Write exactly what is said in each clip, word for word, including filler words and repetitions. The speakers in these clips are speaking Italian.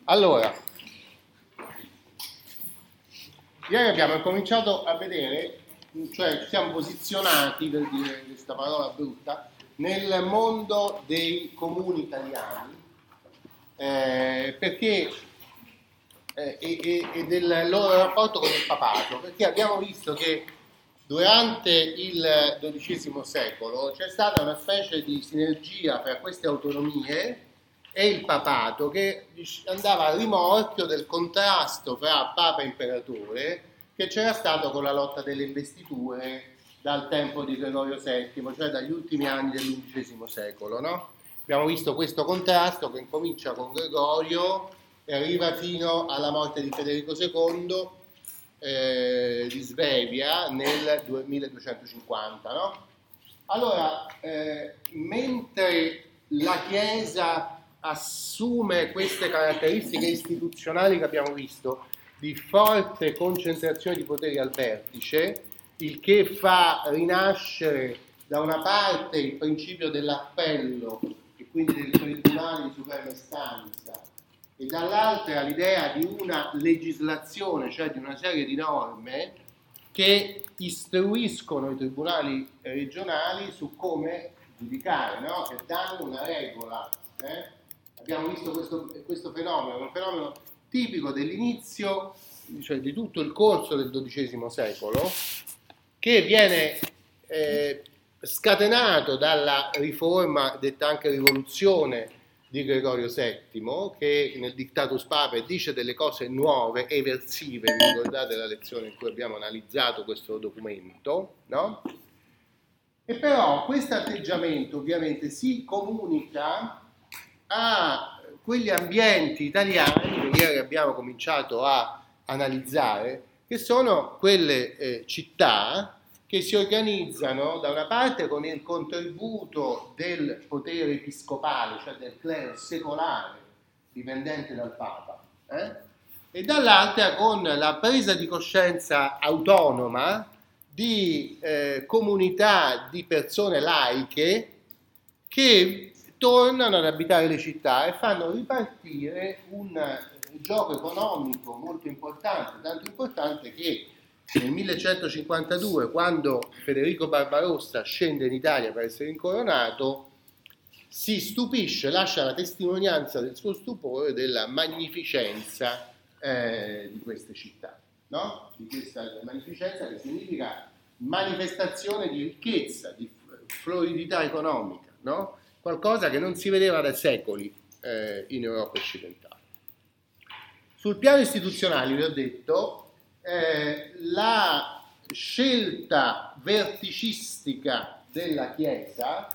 Allora, ieri abbiamo cominciato a vedere, cioè ci siamo posizionati, per dire questa parola brutta, nel mondo dei comuni italiani, eh, perché eh, e, e del loro rapporto con il papato, perché abbiamo visto che durante il dodicesimo secolo c'è stata una specie di sinergia tra queste autonomie e il papato che andava a rimorchio del contrasto fra papa e imperatore che c'era stato con la lotta delle investiture dal tempo di Gregorio settimo, cioè dagli ultimi anni dell'undicesimo secolo, no? Abbiamo visto questo contrasto che incomincia con Gregorio e arriva fino alla morte di Federico secondo eh, di Svevia nel milleduecentocinquanta, no? Allora, eh, mentre la Chiesa assume queste caratteristiche istituzionali che abbiamo visto, di forte concentrazione di poteri al vertice, il che fa rinascere da una parte il principio dell'appello e quindi del tribunale di suprema istanza e dall'altra l'idea di una legislazione, cioè di una serie di norme che istruiscono i tribunali regionali su come giudicare, no? Che danno una regola. Eh? Abbiamo visto questo, questo fenomeno, un fenomeno tipico dell'inizio, cioè di tutto il corso del dodicesimo secolo, che viene eh, scatenato dalla riforma, detta anche rivoluzione, di Gregorio settimo, che nel Dictatus Papae dice delle cose nuove, eversive. Vi ricordate la lezione in cui abbiamo analizzato questo documento, no? E però questo atteggiamento ovviamente si comunica a quegli ambienti italiani che ieri abbiamo cominciato a analizzare, che sono quelle eh, città che si organizzano da una parte con il contributo del potere episcopale, cioè del clero secolare dipendente dal Papa, eh? e dall'altra con la presa di coscienza autonoma di eh, comunità di persone laiche che tornano ad abitare le città e fanno ripartire un gioco economico molto importante, tanto importante che nel millecentocinquantadue, quando Federico Barbarossa scende in Italia per essere incoronato, si stupisce, lascia la testimonianza del suo stupore della magnificenza eh, di queste città, no? Di questa magnificenza che significa manifestazione di ricchezza, di floridità economica, no? Qualcosa che non si vedeva da secoli eh, in Europa occidentale. Sul piano istituzionale, vi ho detto, Eh, la scelta verticistica della Chiesa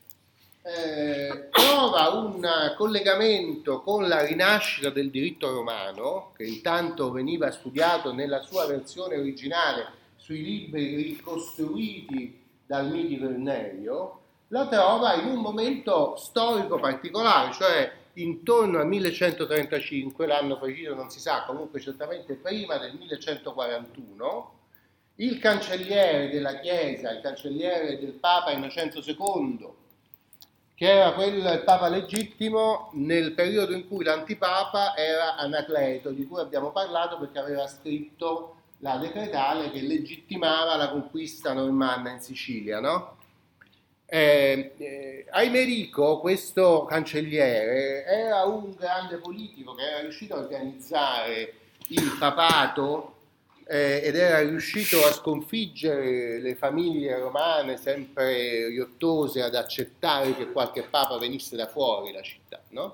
eh, trova un collegamento con la rinascita del diritto romano, che intanto veniva studiato nella sua versione originale sui libri ricostruiti dal mitico Irnerio, la trova in un momento storico particolare, cioè intorno al millecentotrentacinque, l'anno preciso non si sa, comunque certamente prima del millecentoquarantuno, il cancelliere della Chiesa, il cancelliere del Papa Innocenzo secondo, che era quel il Papa legittimo nel periodo in cui l'antipapa era Anacleto, di cui abbiamo parlato perché aveva scritto la decretale che legittimava la conquista normanna in Sicilia, no? Eh, eh, Aimerico, questo cancelliere, era un grande politico che era riuscito a organizzare il papato eh, ed era riuscito a sconfiggere le famiglie romane sempre riottose ad accettare che qualche papa venisse da fuori la città, no?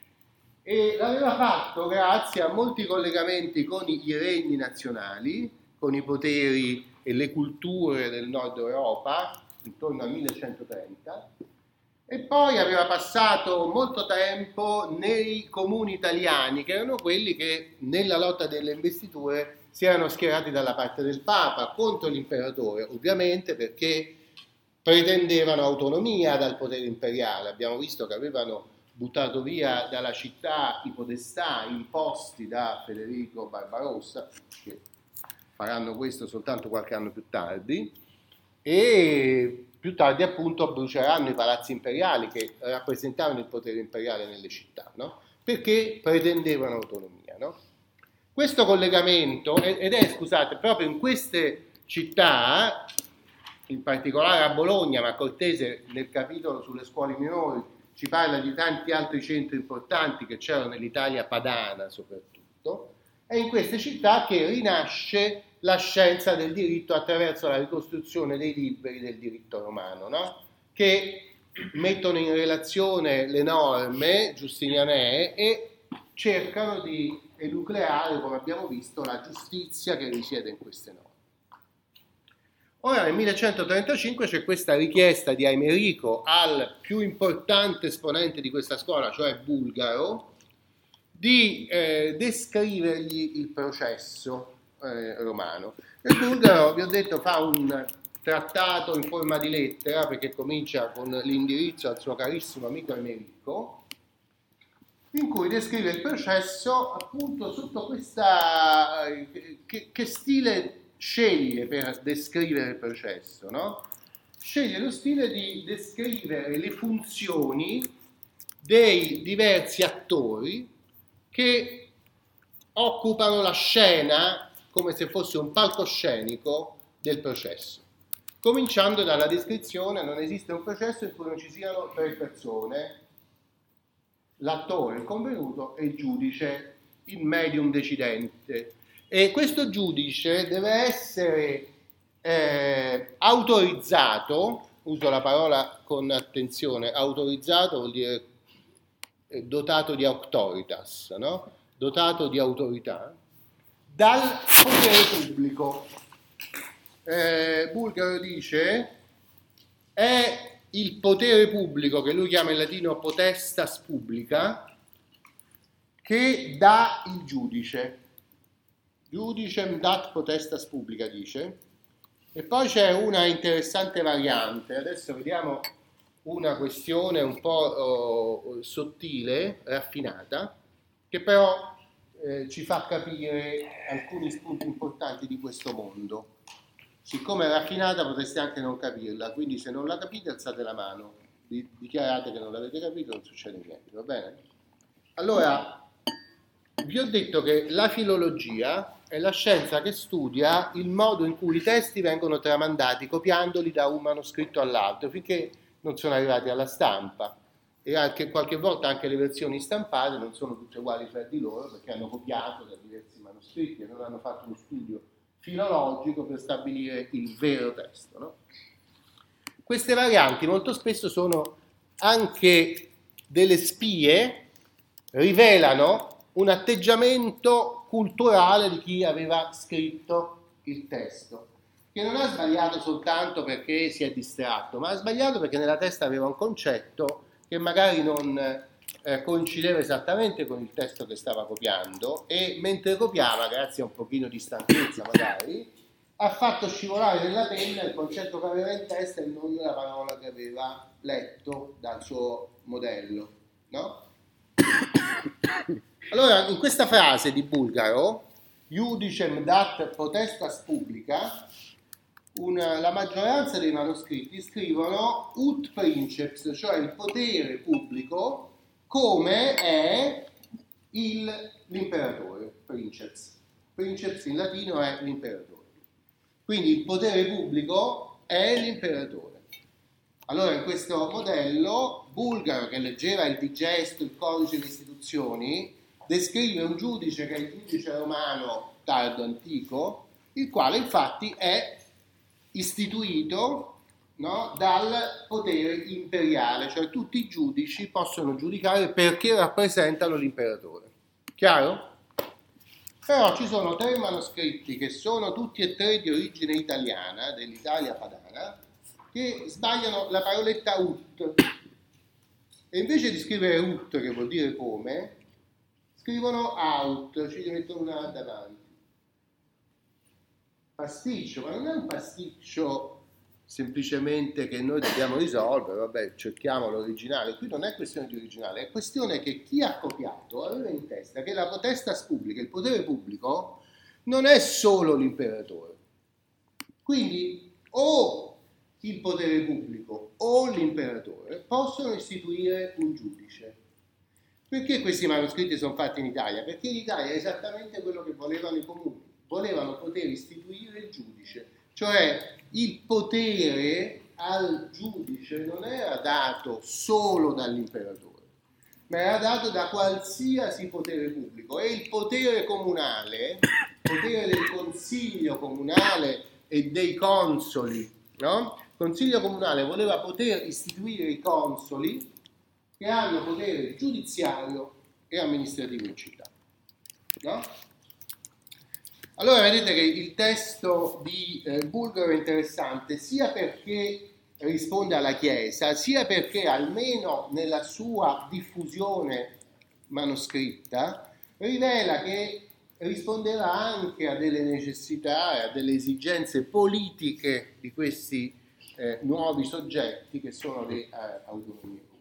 E l'aveva fatto grazie a molti collegamenti con i regni nazionali, con i poteri e le culture del nord Europa, intorno al millecentotrenta, e poi aveva passato molto tempo nei comuni italiani, che erano quelli che nella lotta delle investiture si erano schierati dalla parte del Papa contro l'imperatore, ovviamente perché pretendevano autonomia dal potere imperiale. Abbiamo visto che avevano buttato via dalla città i podestà imposti da Federico Barbarossa, che faranno questo soltanto qualche anno più tardi, e più tardi appunto bruceranno i palazzi imperiali che rappresentavano il potere imperiale nelle città, no? perché pretendevano autonomia, no? Questo collegamento, ed è, scusate, proprio in queste città, in particolare a Bologna, ma Cortese nel capitolo sulle scuole minori ci parla di tanti altri centri importanti che c'erano nell'Italia padana soprattutto, è in queste città che rinasce la scienza del diritto attraverso la ricostruzione dei libri del diritto romano, no? Che mettono in relazione le norme giustinianee e cercano di enucleare, come abbiamo visto, la giustizia che risiede in queste norme. Ora nel millecentotrentacinque c'è questa richiesta di Aimerico al più importante esponente di questa scuola, cioè Bulgaro, di eh, descrivergli il processo eh, romano. Il Bulgaro, vi ho detto, fa un trattato in forma di lettera, perché comincia con l'indirizzo al suo carissimo amico Aimerico, in cui descrive il processo appunto sotto questa... che, che stile sceglie per descrivere il processo, no? Sceglie lo stile di descrivere le funzioni dei diversi attori che occupano la scena come se fosse un palcoscenico del processo. Cominciando dalla descrizione, non esiste un processo in cui non ci siano tre persone, l'attore, il convenuto e il giudice, il medium decidente. E questo giudice deve essere eh, autorizzato, uso la parola con attenzione, autorizzato vuol dire eh, dotato di auctoritas, no? Dotato di autorità, dal potere pubblico. Eh, Bulgaro dice è il potere pubblico, che lui chiama in latino potestas publica, che dà il giudice. Giudicem dat potestas publica, dice. E poi c'è una interessante variante, adesso vediamo una questione un po' oh, sottile, raffinata, che però eh, ci fa capire alcuni spunti importanti di questo mondo. Siccome è raffinata potreste anche non capirla, quindi se non la capite alzate la mano, dichiarate che non l'avete capito, non succede niente, va bene? Allora, vi ho detto che la filologia è la scienza che studia il modo in cui i testi vengono tramandati copiandoli da un manoscritto all'altro finché non sono arrivati alla stampa, e anche qualche volta anche le versioni stampate non sono tutte uguali fra di loro perché hanno copiato da diversi manoscritti e non hanno fatto uno studio filologico per stabilire il vero testo, no? Queste varianti molto spesso sono anche delle spie, rivelano un atteggiamento culturale di chi aveva scritto il testo, che non ha sbagliato soltanto perché si è distratto, ma ha sbagliato perché nella testa aveva un concetto che magari non eh, coincideva esattamente con il testo che stava copiando, e mentre copiava, grazie a un pochino di stanchezza magari, ha fatto scivolare nella penna il concetto che aveva in testa e non la parola che aveva letto dal suo modello, no? Allora, in questa frase di Bulgaro, iudicem dat potestas publica, una, la maggioranza dei manoscritti scrivono ut princeps, cioè il potere pubblico, come è il, l'imperatore, princeps. Princeps in latino è l'imperatore. Quindi il potere pubblico è l'imperatore. Allora in questo modello Bulgaro, che leggeva il digesto, il codice delle istituzioni, descrive un giudice che è il giudice romano tardo antico, il quale infatti è istituito, no, dal potere imperiale, cioè tutti i giudici possono giudicare perché rappresentano l'imperatore. Chiaro? Però ci sono tre manoscritti che sono tutti e tre di origine italiana, dell'Italia padana, che sbagliano la paroletta ut, e invece di scrivere ut, che vuol dire come, scrivono out, ci mettono una davanti. Pasticcio, ma non è un pasticcio semplicemente che noi dobbiamo risolvere, vabbè, cerchiamo l'originale. Qui non è questione di originale, è questione che chi ha copiato aveva in testa che la potestas pubblica, il potere pubblico, non è solo l'imperatore. Quindi o il potere pubblico o l'imperatore possono istituire un giudice, Perché questi manoscritti sono fatti in Italia? Perché in Italia è esattamente quello che volevano i comuni, volevano poter istituire il giudice, cioè il potere al giudice non era dato solo dall'imperatore, ma era dato da qualsiasi potere pubblico, e il potere comunale, il potere del consiglio comunale e dei consoli, no? Il consiglio comunale voleva poter istituire i consoli che hanno potere giudiziario e amministrativo in città, no? Allora vedete che il testo di eh, Bulgaro è interessante sia perché risponde alla Chiesa, sia perché almeno nella sua diffusione manoscritta rivela che risponderà anche a delle necessità e a delle esigenze politiche di questi eh, nuovi soggetti che sono le eh, autonomie.